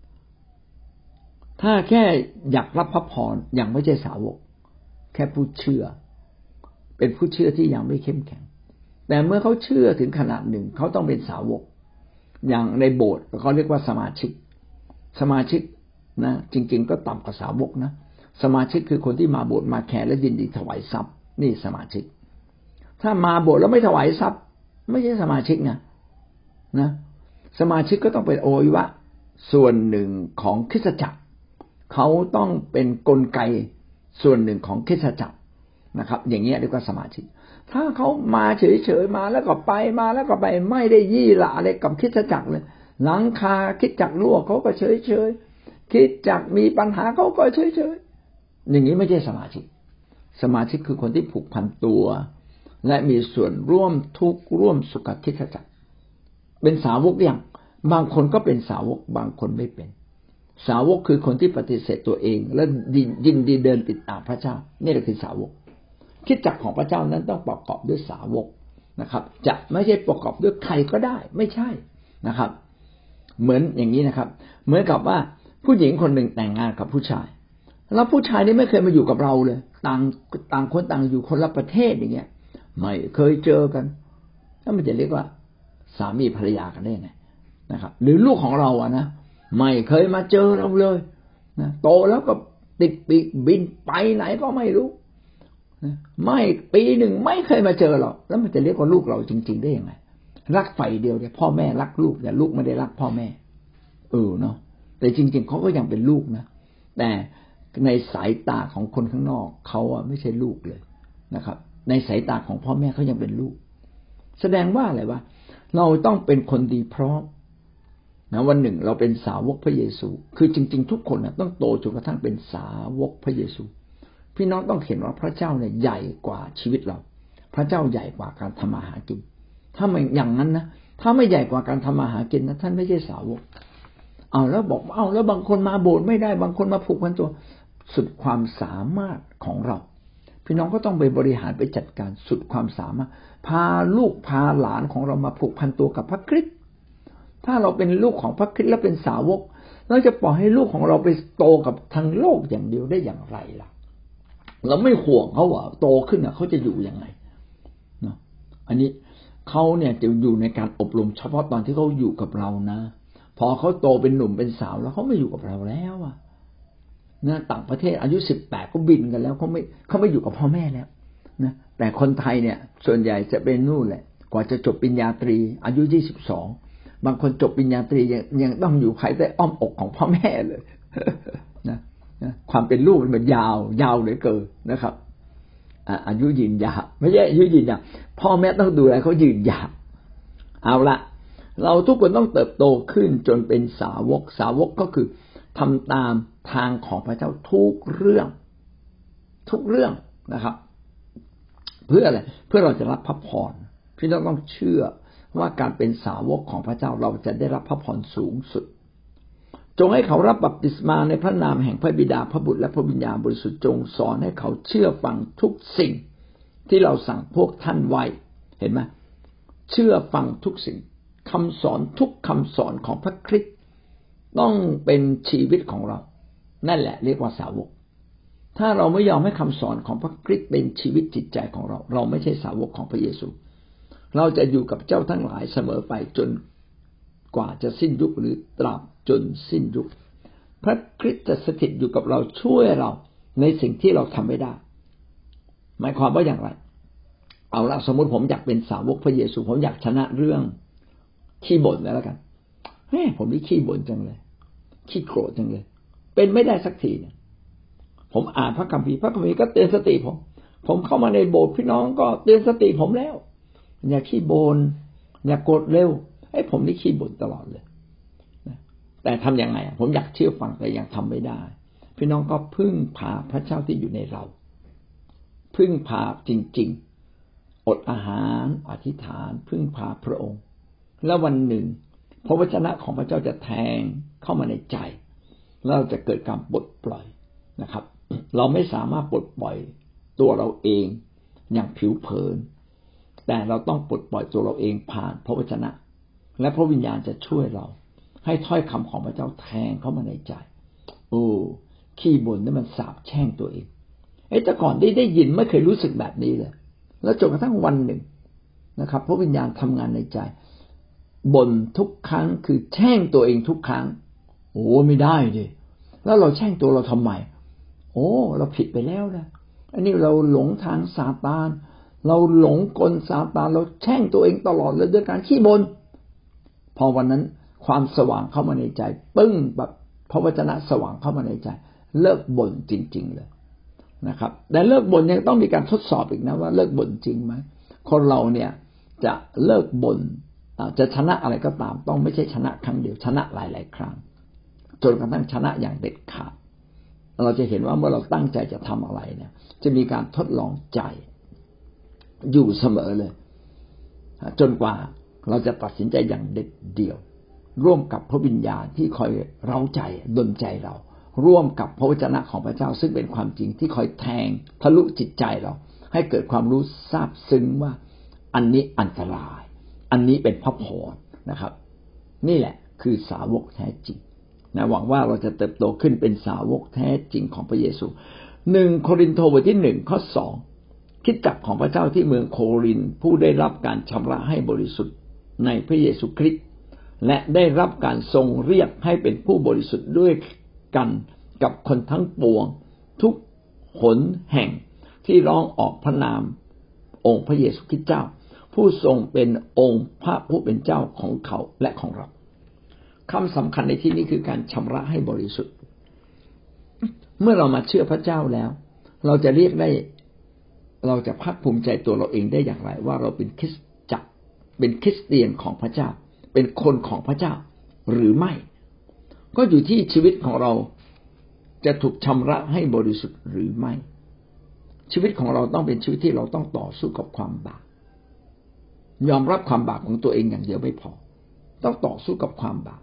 ถ้าแค่อยากรับพระพรยังไม่ใช่สาวกแค่ผู้เชื่อเป็นผู้เชื่อที่ยังไม่เข้มแข็งแต่เมื่อเขาเชื่อถึงขนาดหนึ่งเขาต้องเป็นสาวกอย่างในโบสถ์เขาเรียกว่าสมาชิกสมาชิกนะจริงๆก็ต่ำกว่าสาวกนะสมาชิกคือคนที่มาโบสถ์มาแคร์และยินดีถวายทรัพย์นี่สมาชิกถ้ามาโบสถ์แล้วไม่ถวายทรัพย์ไม่ใช่สมาชิกนะนะสมาชิกก็ต้องเป็นอวัยวะส่วนหนึ่งของคริสตจักรเขาต้องเป็นกลไกส่วนหนึ่งของคริสตจักรนะครับอย่างเงี้ยเรียกว่าสมาชิกถ้าเขามาเฉยๆมาแล้วก็ไปมาแล้วก็ไปไม่ได้ยี่หละอะไรกับคริสตจักรเลยหลังคาคริสตจักรรั่วเขาก็เฉยๆคริสตจักรมีปัญหาเขาก็เฉยๆอย่างนี้ไม่ใช่สมาชิกสมาชิกคือคนที่ผูกพันตัวและมีส่วนร่วมทุกข์ร่วมสุขกับคริสตจักรเป็นสาวกอย่างบางคนก็เป็นสาวกบางคนไม่เป็นสาวกคือคนที่ปฏิเสธตัวเองและยินดีเดินติดตามพระเจ้านี่แหละคือสาวกคริสตจักรของพระเจ้านั้นต้องประกอบด้วยสาวกนะครับจะไม่ใช่ประกอบด้วยใครก็ได้ไม่ใช่นะครับเหมือนอย่างนี้นะครับเหมือนกับว่าผู้หญิงคนหนึ่งแต่งงานกับผู้ชายแล้วผู้ชายนี่ไม่เคยมาอยู่กับเราเลยต่างต่างคนต่างอยู่คนละประเทศอย่างเงี้ยไม่เคยเจอกันถ้ามันจะเรียกว่าสามีภรรยากันได้ไงนะครับหรือลูกของเราอะนะไม่เคยมาเจอเราเลยนะโตแล้วก็ติดปีกบินไปไหนก็ไม่รู้นะไม่ปีหนึ่งไม่เคยมาเจอเราแล้วมันจะเรียกว่าลูกเราจริงๆได้ยังไงรักฝ่ายเดียวเนี่ยพ่อแม่รักลูกแต่ลูกไม่ได้รักพ่อแม่เออเนาะแต่จริงๆเขาก็ยังเป็นลูกนะแต่ในสายตาของคนข้างนอกเขาอะไม่ใช่ลูกเลยนะครับในสายตาของพ่อแม่เขายังเป็นลูกแสดงว่าอะไรวะเราต้องเป็นคนดีพร้อมนะวันหนึ่งเราเป็นสาวกพระเยซูคือจริงๆทุกคนนะต้องโตจนกระทั่งเป็นสาวกพระเยซูพี่น้องต้องเห็นว่าพระเจ้าเนี่ยใหญ่กว่าชีวิตเราพระเจ้าใหญ่กว่าการทำมาหากินถ้าไม่อย่างนั้นนะถ้าไม่ใหญ่กว่าการทำมาหากินนะท่านไม่ใช่สาวกเอาแล้วบอกเอาแล้วบางคนมาโบสถ์ไม่ได้บางคนมาผูกพันตัวสุดความสามารถของเราพี่น้องก็ต้องไปบริหารไปจัดการสุดความสามารถพาลูกพาหลานของเรามาผูกพันตัวกับพระคริสต์ถ้าเราเป็นลูกของพระคริสต์และเป็นสาวกเราจะปล่อยให้ลูกของเราไปโตกับทางโลกอย่างเดียวได้อย่างไรล่ะเราไม่ห่วงเขาว่าโตขึ้นน่ะเขาจะอยู่ยังไงเนาะอันนี้เขาเนี่ยจะอยู่ในการอบรมเฉพาะตอนที่เขาอยู่กับเรานะพอเขาโตเป็นหนุ่มเป็นสาวแล้วเขาไม่อยู่กับเราแล้วอ่ะนะต่างประเทศอายุสิบแปดเขาบินกันแล้วเขาไม่เขาไม่อยู่กับพ่อแม่แล้วนะแต่คนไทยเนี่ยส่วนใหญ่จะเป็นนู่นแหละกว่าจะจบปริญญาตรีอายุยี่สิบสองบางคนจบปริญญาตรียังยังต้องอยู่ภายใต้อ้อมอกของพ่อแม่เลยนะนะความเป็นลูกมันยาวยาวเหลือเกินนะครับอายุยืนยาวไม่ใช่อายุยืนยาวพ่อแม่ต้องดูแลเขายืนยาวเอาละเราทุกคนต้องเติบโตขึ้นจนเป็นสาวกสาวกก็คือทำตามทางของพระเจ้าทุกเรื่องทุกเรื่องนะครับเพื่ออะไรเพื่อเราจะรับพระพรพี่น้องต้องเชื่อว่าการเป็นสาวกของพระเจ้าเราจะได้รับพระพรสูงสุดจงให้เขารับบัพติศมาในพระนามแห่งพระบิดาพระบุตรและพระวิญญาณบริสุทธิ์จงสอนให้เขาเชื่อฟังทุกสิ่งที่เราสั่งพวกท่านไว้เห็นไหมเชื่อฟังทุกสิ่งคำสอนทุกคำสอนของพระคริสต์ต้องเป็นชีวิตของเรานั่นแหละเรียกว่าสาวกถ้าเราไม่ยอมให้คำสอนของพระคริสต์เป็นชีวิตจิตใจของเราเราไม่ใช่สาวกของพระเยซูเราจะอยู่กับเจ้าทั้งหลายเสมอไปจนกว่าจะสิ้นยุคหรือตราบจนสิ้นยุคพระคริสต์จะสถิตอยู่กับเราช่วยเราในสิ่งที่เราทำไม่ได้หมายความว่าอย่างไรเอาละสมมติผมอยากเป็นสาวกพระเยซูผมอยากชนะเรื่องขี้บ่นแล้วกันเฮ้ยผมนี่ขี้บ่นจังเลยขี้โกรธจังเลยเป็นไม่ได้สักทีเนี่ยผมอ่านพระคัมภีร์พระคัมภีร์ก็เตือนสติผมผมเข้ามาในโบสถ์พี่น้องก็เตือนสติผมแล้วอย่าขี้บ่นอย่าโกรธเร็วไอ้ผมนี่ขี้บ่นตลอดเลยแต่ทำยังไงผมอยากเชื่อฟังแต่ยังทำไม่ได้พี่น้องก็พึ่งพาพระเจ้าที่อยู่ในเราพึ่งพาจริงๆอดอาหารอธิษฐานพึ่งพาพระองค์แล้ววันหนึ่งพระวจนะของพระเจ้าจะแทงเข้ามาในใจเราจะเกิดการปลดปล่อยนะครับเราไม่สามารถปลดปล่อยตัวเราเองอย่างผิวเผินแต่เราต้องปลดปล่อยตัวเราเองผ่านพระวจนะและพระวิญญาณจะช่วยเราให้ถ้อยคำของพระเจ้าแทงเข้ามาในใจโอ้ขี้บ่นนี่มันสาปแช่งตัวเองไอ้แต่ก่อนได้ได้ยินไม่เคยรู้สึกแบบนี้เลยแล้วจนกระทั่งวันหนึ่งนะครับพระวิญญาณทำงานในใจบ่นทุกครั้งคือแช่งตัวเองทุกครั้งโอ้ไม่ได้ดิแล้วเราแช่งตัวเราทำไมโอ้เราผิดไปแล้วนะอันนี้เราหลงทางซาตานเราหลงกลซาตานเราแช่งตัวเองตลอดเลยด้วยการขี้บ่นพอวันนั้นความสว่างเข้ามาในใจปึ้งแบบพระวจนะสว่างเข้ามาในใจเลิกบ่นจริงๆเลยนะครับแต่เลิกบ่นยังต้องมีการทดสอบอีกนะว่าเลิกบ่นจริงไหมคนเราเนี่ยจะเลิกบ่นจะชนะอะไรก็ตามต้องไม่ใช่ชนะครั้งเดียวชนะหลายๆครั้งจนกระทั่งชนะอย่างเด็ดขาดเราจะเห็นว่าเมื่อเราตั้งใจจะทำอะไรเนี่ยจะมีการทดลองใจอยู่เสมอเลยจนกว่าเราจะตัดสินใจอย่างเด็ดเดี่ยวร่วมกับพระวิญญาณที่คอยเร้าใจดลใจเราร่วมกับพระวจนะของพระเจ้าซึ่งเป็นความจริงที่คอยแทงทะลุจิตใจเราให้เกิดความรู้ซาบซึ้งว่าอันนี้อันตรายอันนี้เป็นพระพรนะครับนี่แหละคือสาวกแท้จริงนะหวังว่าเราจะเติบโตขึ้นเป็นสาวกแท้จริงของพระเยซูหนึ่งโครินธ์บทที่หนึ่งข้อสองคริสตจักรของพระเจ้าที่เมืองโครินธ์ผู้ได้รับการชำระให้บริสุทธิ์ในพระเยซูคริสต์และได้รับการทรงเรียกให้เป็นผู้บริสุทธิ์ด้วยกันกับคนทั้งปวงทุกหนแห่งที่ร้องออกพระนามองค์พระเยซูคริสต์เจ้าผู้ทรงเป็นองค์พระผู้เป็นเจ้าของเขาและของเราคำสำคัญในที่นี้คือการชำระให้บริสุทธิ์เมื่อเรามาเชื่อพระเจ้าแล้วเราจะเรียกได้เราจะภาคภูมิใจตัวเราเองได้อย่างไรว่าเราเป็นคริสตจักรเป็นคริสเตียนของพระเจ้าเป็นคนของพระเจ้าหรือไม่ก็อยู่ที่ชีวิตของเราจะถูกชำระให้บริสุทธิ์หรือไม่ชีวิตของเราต้องเป็นชีวิตที่เราต้องต่อสู้กับความบาปยอมรับความบาปของตัวเองอย่างเดียวไม่พอต้องต่อสู้กับความบาป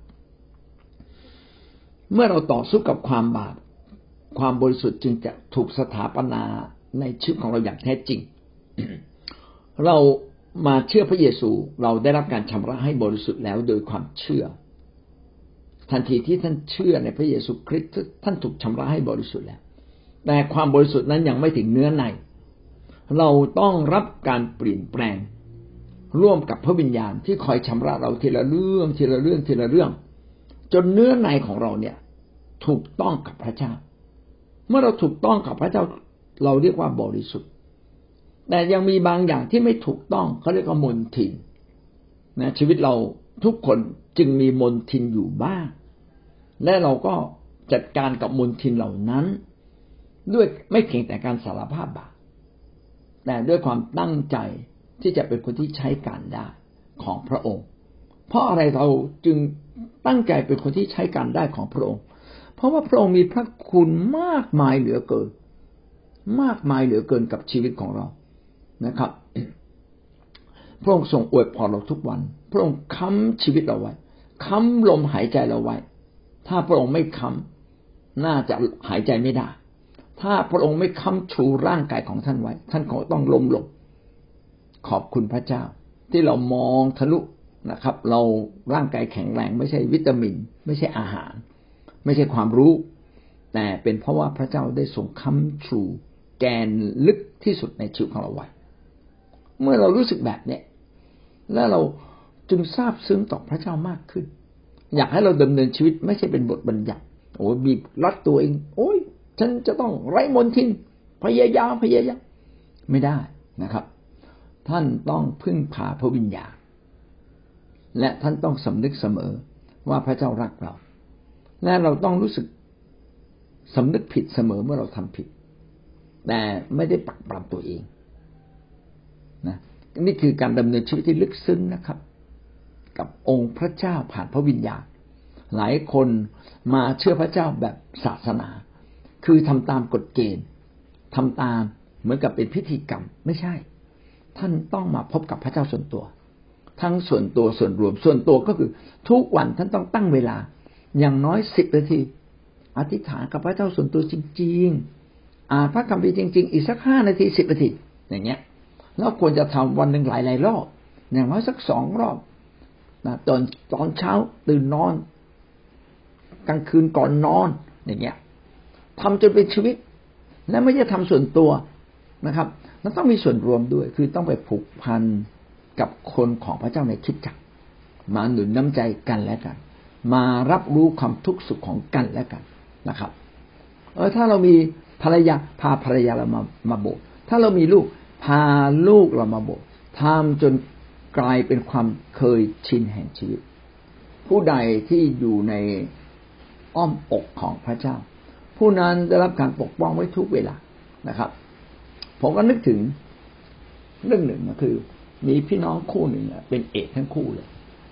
เมื่อเราต่อสู้กับความบาปความบริสุทธิ์จึงจะถูกสถาปนาในชีวิตของเราอย่างแท้จริง เรามาเชื่อพระเยซูเราได้รับการชำระให้บริสุทธิ์แล้วโดยความเชื่อทันทีที่ท่านเชื่อในพระเยซูคริสต์ท่านถูกชำระให้บริสุทธิ์แล้วแต่ความบริสุทธิ์นั้นยังไม่ถึงเนื้อในเราต้องรับการเปลี่ยนแปลงร่วมกับพระวิญญาณที่คอยชำระเราทีละเรื่องทีละเรื่องทีละเรื่องจนเนื้อในของเราเนี่ยถูกต้องกับพระเจ้าเมื่อเราถูกต้องกับพระเจ้าเราเรียกว่าบริสุทธิ์แต่ยังมีบางอย่างที่ไม่ถูกต้องเขาเรียกว่ามลทินนะชีวิตเราทุกคนจึงมีมลทินอยู่บ้างและเราก็จัดการกับมลทินเหล่านั้นด้วยไม่เพียงแต่การสารภาพบาปแต่ด้วยความตั้งใจที่จะเป็นคนที่ใช้การได้ของพระองค์เพราะอะไรเราจึงตั้งใจเป็นคนที่ใช้การได้ของพระองค์เพราะว่าพระองค์มีพระคุณมากมายเหลือเกินมากมายเหลือเกินกับชีวิตของเรานะครับพระองค์ทรงอวยพรเราทุกวันพระองค์ค้ำชีวิตเราไว้ค้ำลมหายใจเราไว้ถ้าพระองค์ไม่ค้ำน่าจะหายใจไม่ได้ถ้าพระองค์ไม่ค้ำชูร่างกายของท่านไว้ท่านก็ต้องล้มลงขอบคุณพระเจ้าที่เรามองทะลุนะครับเราร่างกายแข็งแรงไม่ใช่วิตามินไม่ใช่อาหารไม่ใช่ความรู้แต่เป็นเพราะว่าพระเจ้าได้ทรงค้ำชูแกนลึกที่สุดในชีวิตของเราไว้เมื่อเรารู้สึกแบบนี้แล้วเราจึงซาบซึ้งต่อพระเจ้ามากขึ้นอยากให้เราดำเนินชีวิตไม่ใช่เป็นบทบัญญัติโอ้บีบรัดตัวเองโอ้ยฉันจะต้องไร้มนทินพยายามพยายามไม่ได้นะครับท่านต้องพึ่งพาพระวิญญาณและท่านต้องสำนึกเสมอว่าพระเจ้ารักเราและเราต้องรู้สึกสำนึกผิดเสมอเมื่อเราทำผิดแต่ไม่ได้ปักปรำตัวเองนะนี่คือการดำเนินชีวิตที่ลึกซึ้งนะครับกับองค์พระเจ้าผ่านพระวิญญาณหลายคนมาเชื่อพระเจ้าแบบศาสนาคือทำตามกฎเกณฑ์ทำตามเหมือนกับเป็นพิธีกรรมไม่ใช่ท่านต้องมาพบกับพระเจ้าส่วนตัวทั้งส่วนตัวส่วนรวมส่วนตัวก็คือทุกวันท่านต้องตั้งเวลาอย่างน้อยสิบนาทีอธิษฐานกับพระเจ้าส่วนตัวจริงๆอ่านพระคัมภีร์จริงๆอีกสักห้านาทีสิบนาทีอย่างเงี้ยแล้วควรจะทำวันหนึ่งหลายๆรอบอย่างน้อยสักสองรอบนะตอนตอนเช้าตื่นนอนกลางคืนก่อนนอนอย่างเงี้ยทำจนเป็นชีวิตและไม่ใช่ทำส่วนตัวนะครับมันต้องมีส่วนรวมด้วยคือต้องไปผูกพันกับคนของพระเจ้าในคริสตจักรมาหนุนน้ำใจกันและกันมารับรู้ความทุกข์สุขของกันและกันนะครับเออถ้าเรามีภรรยาพาภรรยาเรามามาโบสถ์ถ้าเรามีลูกพาลูกเรามาโบสถ์ทำจนกลายเป็นความเคยชินแห่งชีวิตผู้ใดที่อยู่ในอ้อมอกของพระเจ้าผู้นั้นได้รับการปกป้องไว้ทุกเวลานะครับผมก็นึกถึงเรื่องหนึ่งก็คือมีพี่น้องคู่หนึ่งเป็นเอดทั้งคู่เลย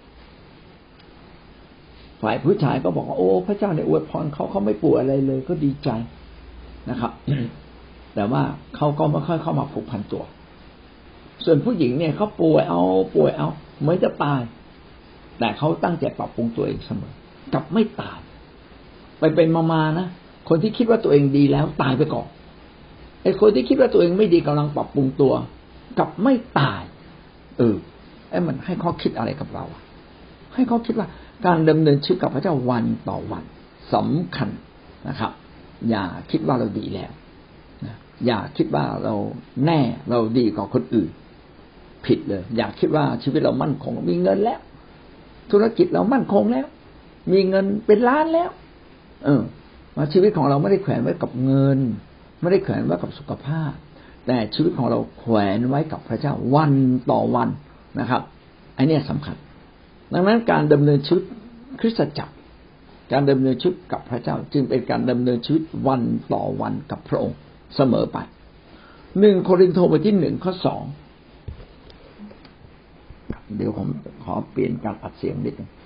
ฝ่ายผู้ชายก็บอกว่าโอ้พระเจ้าเนี่ยอวยพรเขาเขาไม่ป่วยอะไรเลยก็ดีใจนะครับ แต่ว่าเขาก็ไม่ค่อยเข้ามาผูกพันตัวส่วนผู้หญิงเนี่ยเขาป่วยเอาป่วยเอาเหมือนจะตายแต่เขาตั้งใจปรับปรุงตัวเองเสมอกับไม่ตายไปเป็นมาๆนะคนที่คิดว่าตัวเองดีแล้วตายไปก่อนไอ้คนที่คิดว่าตัวเองไม่ดีกำลังปรับปรุงตัวกับไม่ตายเออไอ้มันให้ข้อคิดอะไรกับเราให้ข้อคิดว่าการดำเนินชีวิตกับพระเจ้าวันต่อวันสำคัญนะครับอย่าคิดว่าเราดีแล้วนะอย่าคิดว่าเราแน่เราดีกว่าคนอื่นผิดเลยอย่าคิดว่าชีวิตเรามั่นคงมีเงินแล้วธุรกิจเรามั่นคงแล้วมีเงินเป็นล้านแล้วเออมาชีวิตของเราไม่ได้แขวนไว้กับเงินไม่ได้แขวนไว้กับสุขภาพแต่ชีวิตของเราแขวนไว้กับพระเจ้าวันต่อวันนะครับไอ้นี่สำคัญดังนั้นการดำเนินชีวิตคริสตจักรการดำเนินชีวิตกับพระเจ้าจึงเป็นการดำเนินชีวิตวันต่อวันกับพระองค์เสมอไปหนึ่งโครินธ์บทที่หนึ่งข้อสองเดี๋ยวผมขอเปลี่ยนการอัดเสียงนิดนึง